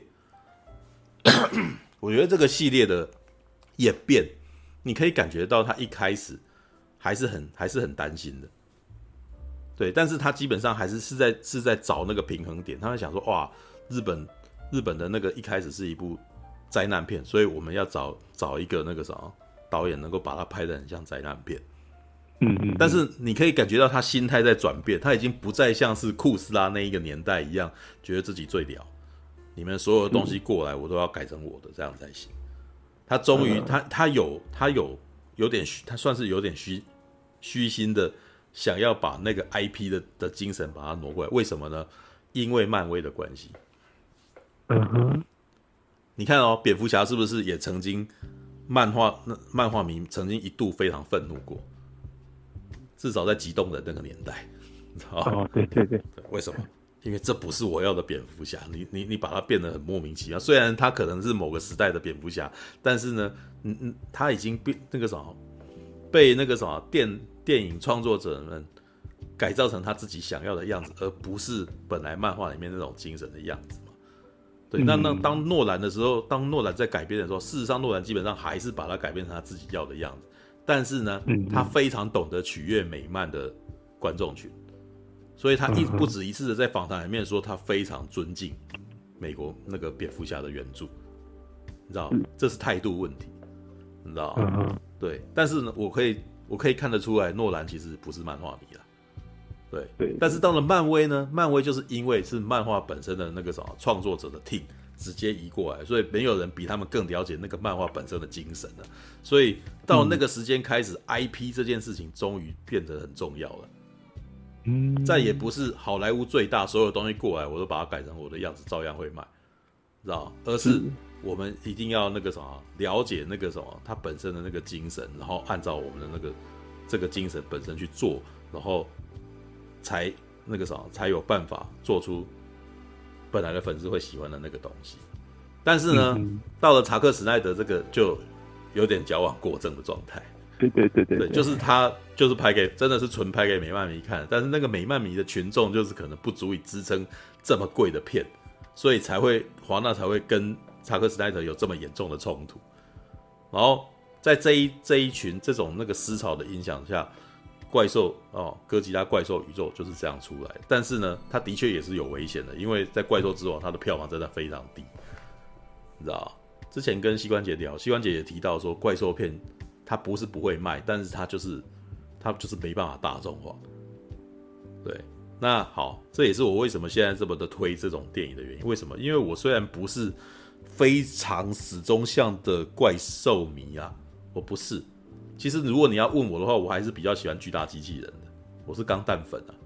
我觉得这个系列的演变，你可以感觉到他一开始还是很还是很担心的，对，但是他基本上还是是在是在找那个平衡点。他会想说，哇，日本日本的那个一开始是一部灾难片，所以我们要找找一个那个什么导演能够把它拍得很像灾难片。 嗯嗯。 但是你可以感觉到他心态在转变，他已经不再像是库斯拉那一个年代一样，觉得自己最屌。你们所有的东西过来，我都要改成我的，这样才行。他终于，他他有他有有点，他算是有点虚虚心的，想要把那个 I P 的的精神把它挪过来。为什么呢？因为漫威的关系。 嗯哼。 你看哦，蝙蝠侠是不是也曾经漫画漫画迷曾经一度非常愤怒过？至少在激动的那个年代， 哦，对对对。 为什么？因为这不是我要的蝙蝠侠，你你你把它变得很莫名其妙。虽然他可能是某个时代的蝙蝠侠，但是呢，嗯嗯，他已经被那个什么，被那个什么电电影创作者们改造成他自己想要的样子，而不是本来漫画里面那种精神的样子嘛。对，那那当诺兰的时候，当诺兰在改编的时候，事实上诺兰基本上还是把它改编成他自己要的样子，但是呢，他非常懂得取悦美漫的观众群。所以他一不止一次的在访谈里面说，他非常尊敬美国那个蝙蝠侠的原著，你知道，这是态度问题，你知道吗？对，但是呢，我可以我可以看得出来，诺兰其实不是漫画迷啦，对，对。但是到了漫威呢，漫威就是因为是漫画本身的那个什么创作者的 team 直接移过来，所以没有人比他们更了解那个漫画本身的精神了。所以到那个时间开始、嗯、I P 这件事情终于变得很重要了。再也不是好莱坞最大，所有东西过来我都把它改成我的样子，照样会卖，知道？而是我们一定要那个什么，了解那个什么，它本身的那个精神，然后按照我们的那个这个精神本身去做，然后才那个什么，才有办法做出本来的粉丝会喜欢的那个东西。但是呢，嗯、到了查克·史奈德这个就有点矫枉过正的状态。 对对对 对, 对，就是他就是拍给真的是纯拍给美漫迷看，但是那个美漫迷的群众就是可能不足以支撑这么贵的片，所以才会华纳才会跟查克·史奈德有这么严重的冲突。然后在这一这一群这种那个思潮的影响下，怪兽哦，哥吉拉怪兽宇宙就是这样出来。但是呢，它的确也是有危险的，因为在怪兽之王它的票房真的非常低，你知道？之前跟膝关节聊，膝关节也提到说怪兽片。它不是不会卖，但是它就是它就是没办法大众化。对，那好，这也是我为什么现在这么的推这种电影的原因。为什么？因为我虽然不是非常死忠向的怪兽迷啊，我不是。其实如果你要问我的话，我还是比较喜欢巨大机器人的，我是钢弹粉啊。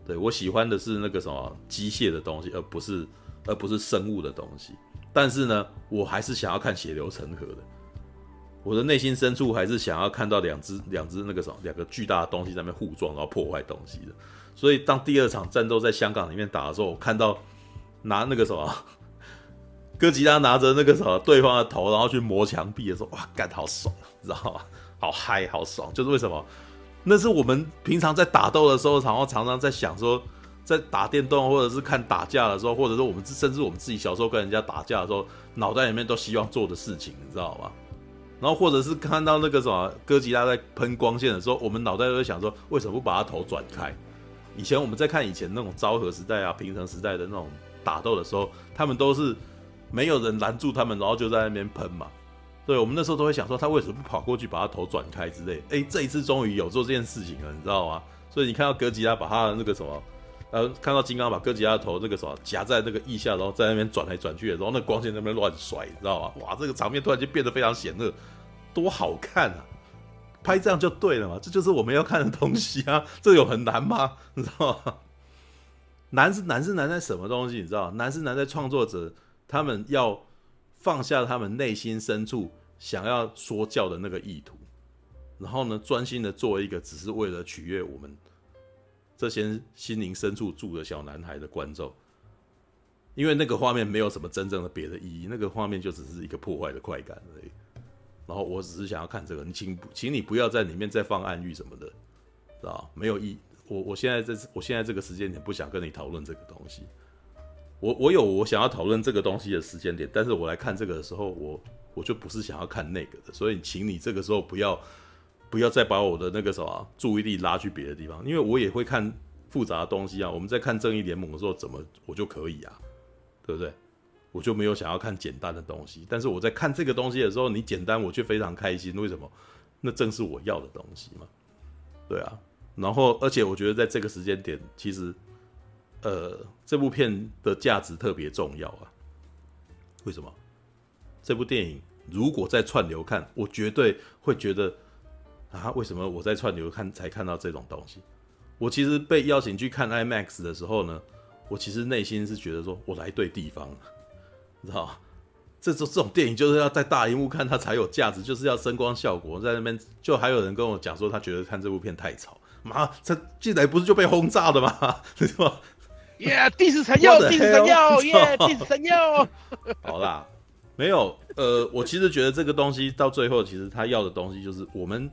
对，我喜欢的是那个什么机械的东西，而不是而不是生物的东西。但是呢，我还是想要看血流成河的。我的内心深处还是想要看到两只两只那个什么两个巨大的东西在那边互撞，然后破坏东西的。所以当第二场战斗在香港里面打的时候，我看到拿那个什么哥吉拉拿着那个什么对方的头，然后去磨墙壁的时候，哇，干好爽，你知道吗？好嗨，好爽！就是为什么？那是我们平常在打斗的时候，然后常常在想说，在打电动或者是看打架的时候，或者是我们甚至我们自己小时候跟人家打架的时候，脑袋里面都希望做的事情，你知道吗？然后或者是看到那个什么哥吉拉在喷光线的时候，我们脑袋都会想说，为什么不把他头转开？以前我们在看以前那种昭和时代啊、平成时代的那种打斗的时候，他们都是没有人拦住他们，然后就在那边喷嘛。对，我们那时候都会想说，他为什么不跑过去把他头转开之类？哎，这一次终于有做这件事情了，你知道吗？所以你看到哥吉拉把他的那个什么，呃，看到金刚把哥吉拉的头那个什么夹在那个腋下，然后在那边转来转去的时候，那光线在那边乱甩，你知道吗？哇，这个场面突然间变得非常险恶，多好看啊！拍这样就对了嘛，这就是我们要看的东西啊！这有很难吗？你知道吗？难是难是难在什么东西？你知道吗？难是难在创作者他们要放下他们内心深处想要说教的那个意图，然后呢，专心的做一个只是为了取悦我们这些心灵深处住的小男孩的观众，因为那个画面没有什么真正的别的意义，那个画面就只是一个破坏的快感而已。然后我只是想要看这个，你请请你不要在里面再放暗喻什么的，知道没有意义。我我现在这我现在这个时间点不想跟你讨论这个东西。我我有我想要讨论这个东西的时间点，但是我来看这个的时候，我我就不是想要看那个的，所以请你这个时候不要不要再把我的那个什么注意力拉去别的地方，因为我也会看复杂的东西啊。我们在看正义联盟的时候，怎么我就可以啊，对不对？我就没有想要看简单的东西，但是我在看这个东西的时候，你简单我却非常开心，为什么？那正是我要的东西嘛，对啊。然后，而且我觉得在这个时间点，其实，呃，这部片的价值特别重要啊。为什么？这部电影如果在串流看，我绝对会觉得啊，为什么我在串流看才看到这种东西？我其实被邀请去看 IMAX 的时候呢，我其实内心是觉得说，我来对地方了。知道吗？这种这种电影就是要在大荧幕看它才有价值，就是要声光效果。在那边就还有人跟我讲说，他觉得看这部片太吵。妈，这进来不是就被轰炸的吗？是吧？ 耶，地势神药，地势神药，耶，地势神药。 好啦，没有，呃，我其实觉得这个东西到最后，其实他要的东西就是我们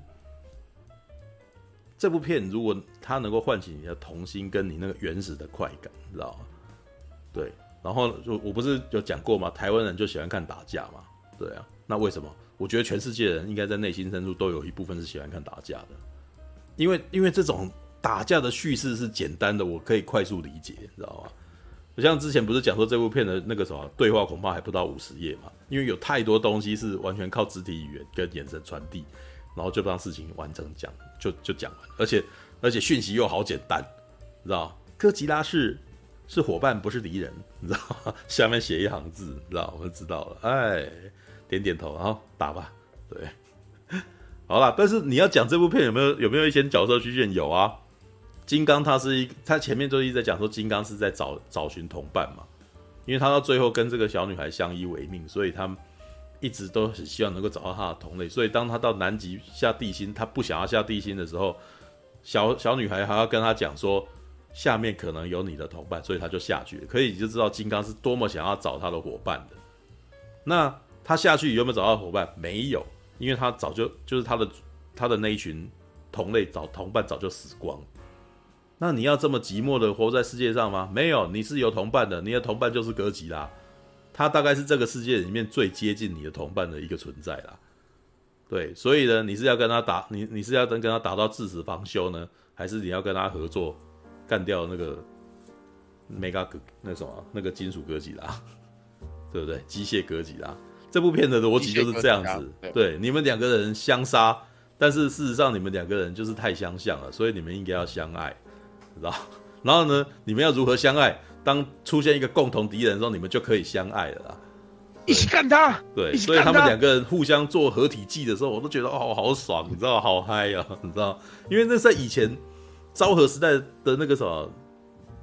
这部片，如果它能够唤起你的童心跟你那个原始的快感，你知道吗？对。然后我不是有讲过吗？台湾人就喜欢看打架嘛，对啊。那为什么？我觉得全世界的人应该在内心深处都有一部分是喜欢看打架的，因为因为这种打架的叙事是简单的，我可以快速理解，你知道吗？像之前不是讲说这部片的那个什么对话恐怕还不到五十页嘛，因为有太多东西是完全靠肢体语言跟眼神传递，然后就让事情完成讲就就讲完，而且而且讯息又好简单，你知道？哥吉拉是。是伙伴，不是敌人，你知道吗？下面写一行字，你知道，我就知道了。哎，点点头，然后打吧。对，好啦。但是你要讲这部片有没有有没有一些角色曲线？有啊。金刚他是一，他前面就一直在讲说金刚是在找找寻同伴嘛，因为他到最后跟这个小女孩相依为命，所以他一直都很希望能够找到他的同类。所以当他到南极下地心，他不想要下地心的时候，小小女孩还要跟他讲说。下面可能有你的同伴，所以他就下去了。可以你就知道金刚是多么想要找他的伙伴的。那他下去有没有找到伙伴？没有，因为他早就就是他的他的那一群同类找同伴早就死光。那你要这么寂寞的活在世界上吗？没有，你是有同伴的，你的同伴就是哥吉拉，他大概是这个世界里面最接近你的同伴的一个存在啦。对，所以呢，你是要跟他打，你你是要跟他打到至死方休呢，还是你要跟他合作？干掉那个 mega 那什么那个金属哥吉拉，对不对？机械哥吉拉，这部片的逻辑就是这样子。对，对，你们两个人相杀，但是事实上你们两个人就是太相像了，所以你们应该要相爱，知道？然后呢，你们要如何相爱？当出现一个共同敌人的时候，你们就可以相爱了啦。 一起干他！ 对，所以他们两个人互相做合体技的时候，我都觉得哦，好爽，你知道，好嗨啊，你知道？因为那是在以前。昭和时代的那个什么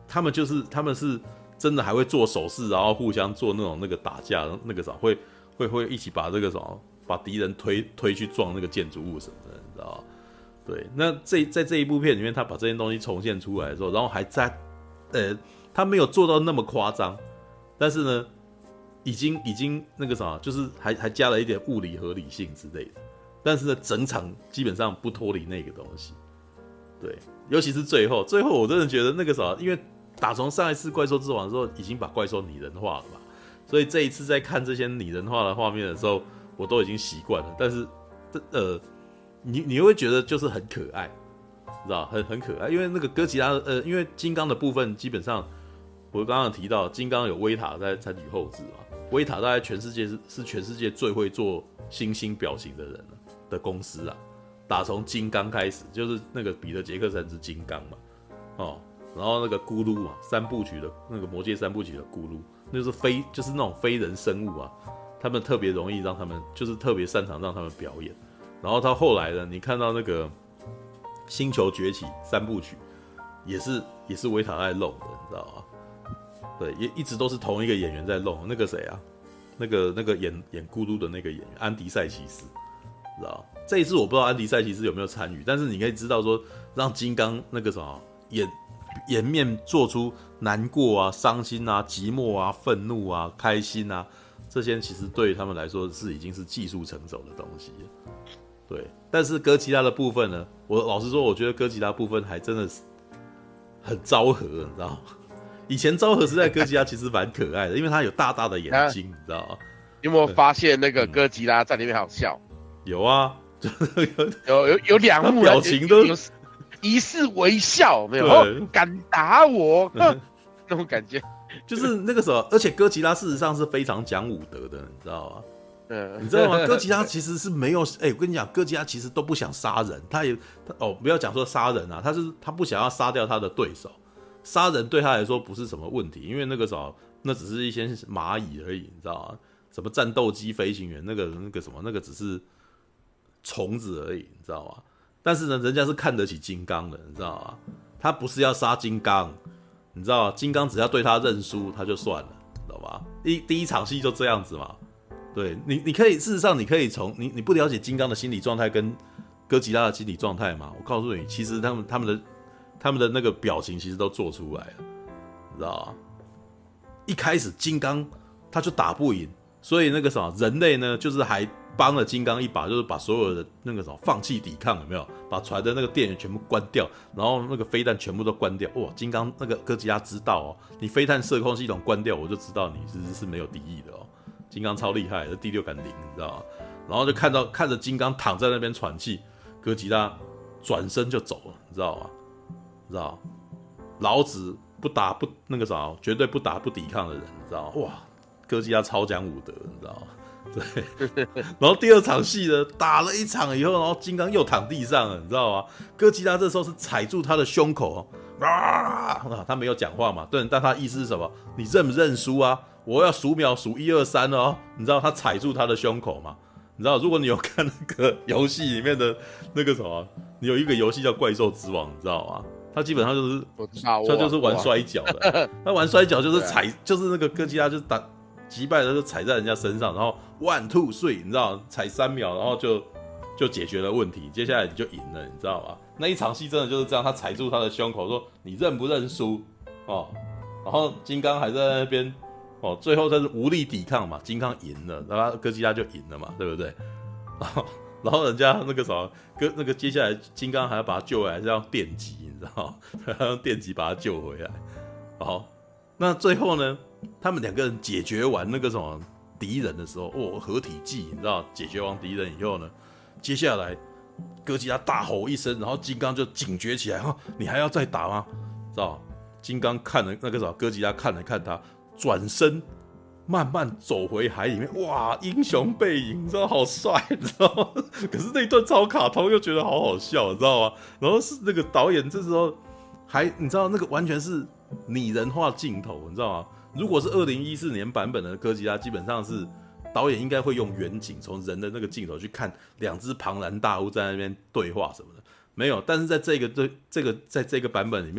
他们就是他们是真的还会做手势，然后互相做那种那个打架，那个啥会会会一起把这个什么把敌人推推去撞那个建筑物什么的，你知道吗？对，那这在这一部片里面，他把这件东西重现出来的时候，然后还在呃，他没有做到那么夸张，但是呢，已经已经那个啥，就是还还加了一点物理合理性之类的。但是呢，整场基本上不脱离那个东西。对，尤其是最后，最后我真的觉得那个啥，因为打从上一次怪兽之王的时候，已经把怪兽拟人化了嘛，所以这一次在看这些拟人化的画面的时候，我都已经习惯了。但是，呃，你你会觉得就是很可爱，知道很很可爱，因为那个哥吉拉，呃，因为金刚的部分基本上，我刚刚提到金刚有威塔在参与后制嘛，威塔大概全世界是是全世界最会做星星表情的人了的公司啊。打从金刚开始，就是那个彼得杰克森是金刚嘛，哦，然后那个咕噜嘛，三部曲的那个魔戒三部曲的咕噜，那就是非就是那种非人生物啊，他们特别容易让他们就是特别擅长让他们表演。然后他后来呢，你看到那个星球崛起三部曲，也是也是维塔在弄的，你知道吗？对，也一直都是同一个演员在弄。那个谁啊？那个那个演演咕噜的那个演员安迪赛奇斯，知道？这一次我不知道安迪赛奇斯有没有参与，但是你可以知道说，让金刚那个什么演颜面做出难过啊、伤心啊、寂寞啊、愤怒啊、开心啊，这些其实对他们来说是已经是技术成熟的东西了。对，但是哥吉拉的部分呢，我老实说，我觉得哥吉拉部分还真的是很昭和，你知道吗？以前昭和时代哥吉拉其实蛮可爱的，因为他有大大的眼睛，你知道吗？ 有没有发现那个哥吉拉在里面好笑？ 有啊。 有有有两幕表情都疑似微笑，没有、哦、敢打我那种感觉， 就是那个时候，而且哥吉拉事实上是非常讲武德的，你知道吗？嗯，你知道吗？哥吉拉其实是没有，哎、欸，我跟你讲，哥吉拉其实都不想杀人，他也他哦，不要讲说杀人啊，他是他不想要杀掉他的对手，杀人对他来说不是什么问题，因为那个时候那只是一些蚂蚁而已，你知道吗？什么战斗机飞行员，那个那个什么，那个只是虫子而已，你知道吗？但是呢，人家是看得起金刚的，你知道吗？他不是要杀金刚，你知道吗？金刚只要对他认输，他就算了，知道吗？一第一场戏就这样子嘛。对你，你可以事实上你可以从你你不了解金刚的心理状态跟哥吉拉的心理状态嘛？我告诉你，其实他们他们的他们的那个表情其实都做出来了，你知道吗？一开始金刚他就打不赢，所以那个什么人类呢，就是还帮了金刚一把，就是把所有的那个什么放弃抵抗，有没有？把船的那个电源全部关掉，然后那个飞弹全部都关掉。哇，金刚那个哥吉拉知道哦，你飞弹射控系统关掉，我就知道你其实是没有敌意的哦。金刚超厉害的，第六感零，你知道吗？然后就看到看着金刚躺在那边喘气，哥吉拉转身就走了，你知道吗？你知道，老子不打不那个啥，绝对不打不抵抗的人，你知道吗？哇，哥吉拉超讲武德，你知道吗？对，然后第二场戏呢，打了一场以后，然后金刚又躺地上了，你知道吗？哥吉拉这时候是踩住他的胸口，啊，他没有讲话嘛，对，但他意思是什么？你认不认输啊？我要数秒数一二三哦，你知道他踩住他的胸口吗？你知道，如果你有看那个游戏里面的那个什么，你有一个游戏叫《怪兽之王》，你知道吗？他基本上就是，他就是玩摔跤的，他玩摔跤就是踩，就是那个哥吉拉就是打击败的就踩在人家身上，然后 one two three， 你知道，踩三秒，然后就就解决了问题，接下来你就赢了，你知道吗？那一场戏真的就是这样，他踩住他的胸口说：“你认不认输？”哦，然后金刚还在那边。哦，最后他是无力抵抗嘛，金刚赢了，然后哥吉拉就赢了嘛，对不对？然后，然后人家那个什么，哥那个接下来金刚还要把他救回来，是要电击，你知道吗？还要用电击把他救回来。好，那最后呢，他们两个人解决完那个什么敌人的时候，哦，合体技，你知道，解决完敌人以后呢，接下来哥吉拉大吼一声，然后金刚就警觉起来，哈，你还要再打吗？知道？金刚看了那个什么，哥吉拉看了看他。转身慢慢走回海里面，哇，英雄背影，你知道好帅，你知道吗？可是那一段超卡通，又觉得好好笑，你知道吗？然后是那个导演这时候还，你知道那个完全是拟人化镜头，你知道吗？如果是二零一四年版本的哥吉拉，基本上是导演应该会用远景，从人的那个镜头去看两只庞然大物在那边对话什么的，没有。但是在这个这这个在这个版本里面，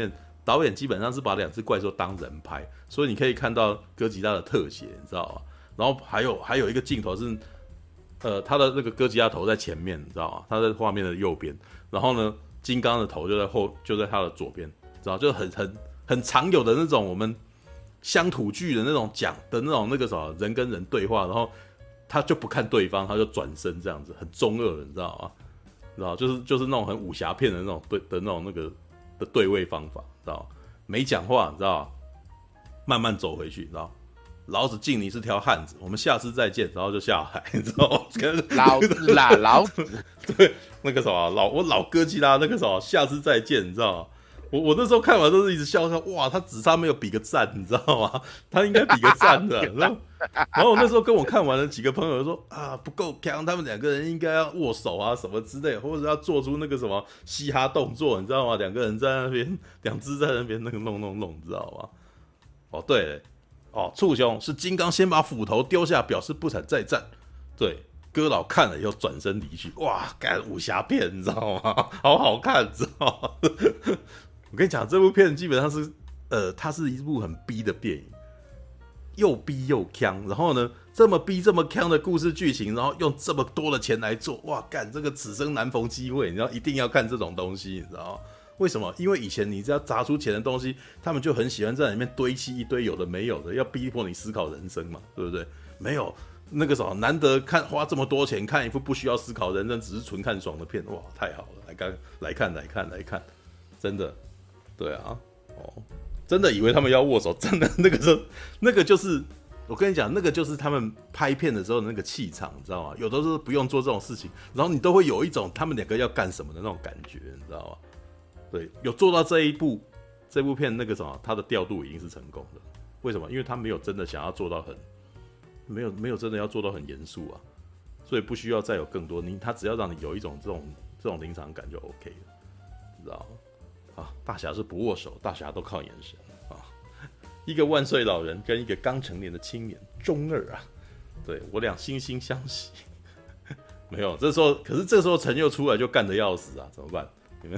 导演基本上是把两只怪兽当人拍，所以你可以看到哥吉拉的特写，你知道吗？然后还有还有一个镜头是，呃，他的那个哥吉拉头在前面，你知道吗？他在画面的右边，然后呢，金刚的头就在后，就在他的左边，知道？就很很很常有的那种我们乡土剧的那种讲的那种那个什么人跟人对话，然后他就不看对方，他就转身这样子，很中二，你知道吗？知道？就是就是那种很武侠片的那种对的那种那个的对位方法，知道？没讲话，你知道？慢慢走回去，你知道？老子敬你是条汉子，我们下次再见，然后就下海，你知道吗？ 老子啦，老子， 对，那个什么老我老哥吉拉那个什么，下次再见，你知道吗？我我那时候看完都是一直笑笑，哇，他只差没有比个赞，你知道吗？他应该比个赞的。然后，然后我那时候跟我看完的几个朋友说啊，不够强，他们两个人应该要握手啊什么之类，或者要做出那个什么嘻哈动作，你知道吗？两个人在那边，两只在那边那个弄弄弄，你知道吗？哦，对了。哦，畜兄是金刚先把斧头丢下，表示不想再战。对，哥老看了以后转身离去。哇，干武侠片，你知道吗？好好看，你知道吗？我跟你讲，这部片基本上是，呃，它是一部很逼的电影，又逼又呛。然后呢，这么逼这么呛的故事剧情，然后用这么多的钱来做，哇，干这个此生难逢机会，你知道一定要看这种东西，你知道吗？为什么？因为以前你只要砸出钱的东西，他们就很喜欢在里面堆砌一堆有的没有的，要逼迫你思考人生嘛，对不对？没有那个什么，难得看花这么多钱看一部不需要思考人生，只是纯看爽的片，哇，太好了！来看，来看，来看，来看，真的，对啊，哦，真的以为他们要握手，真的那个时候，那个就是我跟你讲，那个就是他们拍片的时候的那个气场，你知道吗？有的时候不用做这种事情，然后你都会有一种他们两个要干什么的那种感觉，你知道吗？对，有做到这一步，这部片那个什么，它的调度已经是成功的。为什么？因为他没有真的想要做到很，没有没有真的要做到很严肃啊，所以不需要再有更多。你他只要让你有一种这种这种临场感就 OK 了，知道吗？啊，大侠是不握手，大侠都靠眼神啊。一个万岁老人跟一个刚成年的青年中二啊，对我俩惺惺相惜。没有，这时候可是这时候陈佑出来就干得要死啊，怎么办？你们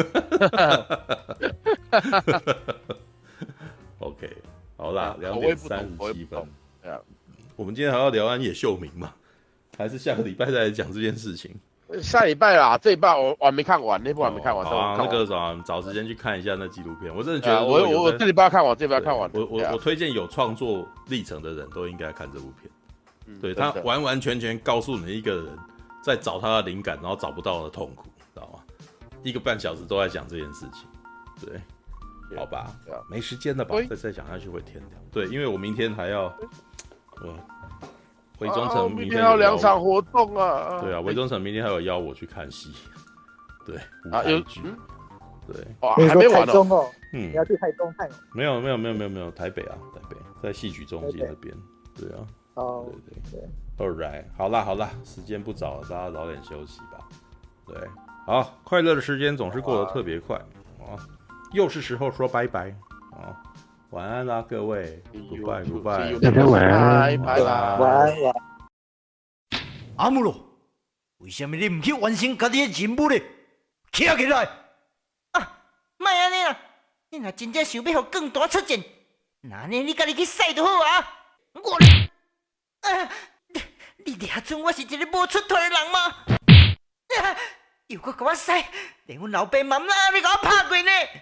OK， 好啦，两点三十七分。我们今天还要聊安野秀明吗？还是下个礼拜再来讲这件事情？ 下礼拜啦，这一半我我还没看完，那部还没看完。 好啊，那个啥，找时间去看一下那纪录片。我真的觉得我我我这礼拜看完，这礼拜看完。 我我我推荐有创作历程的人都应该看这部片。对，他完完全全告诉你一个人在找他的灵感，然后找不到的痛苦，知道吗？一个半小时都在讲这件事情，对，好吧，没时间了吧？再再讲下去会天亮。对，因为我明天还要，我韦忠诚明天还有两场活动啊。 对啊，韦忠诚明天还有邀我去看戏，对， 啊有剧，对， 哇，还没完哦。 嗯， 你要去台中看？ 没有没有没有没有没有，台北啊，台北，在戏曲中心那边，对啊， 哦， 对对对 ，All right， 好啦好啦，时间不早了，大家早点休息吧，对。好，快乐的时间总是过得特别快啊！又是时候说拜拜啊！晚安啦，各位 ，Goodbye Goodbye， 大家晚安， 拜拜， 晚安。 阿姆罗，为什么你唔去完成家己的任务呢？起起来！啊，莫安尼啦！你若真正想要互更大出战，那呢你家己去赛就好啊！我，啊，你你抓准我是一个无出头的人吗？啊！又搁甲我使，连阮老爸妈妈也要甲我拍过呢！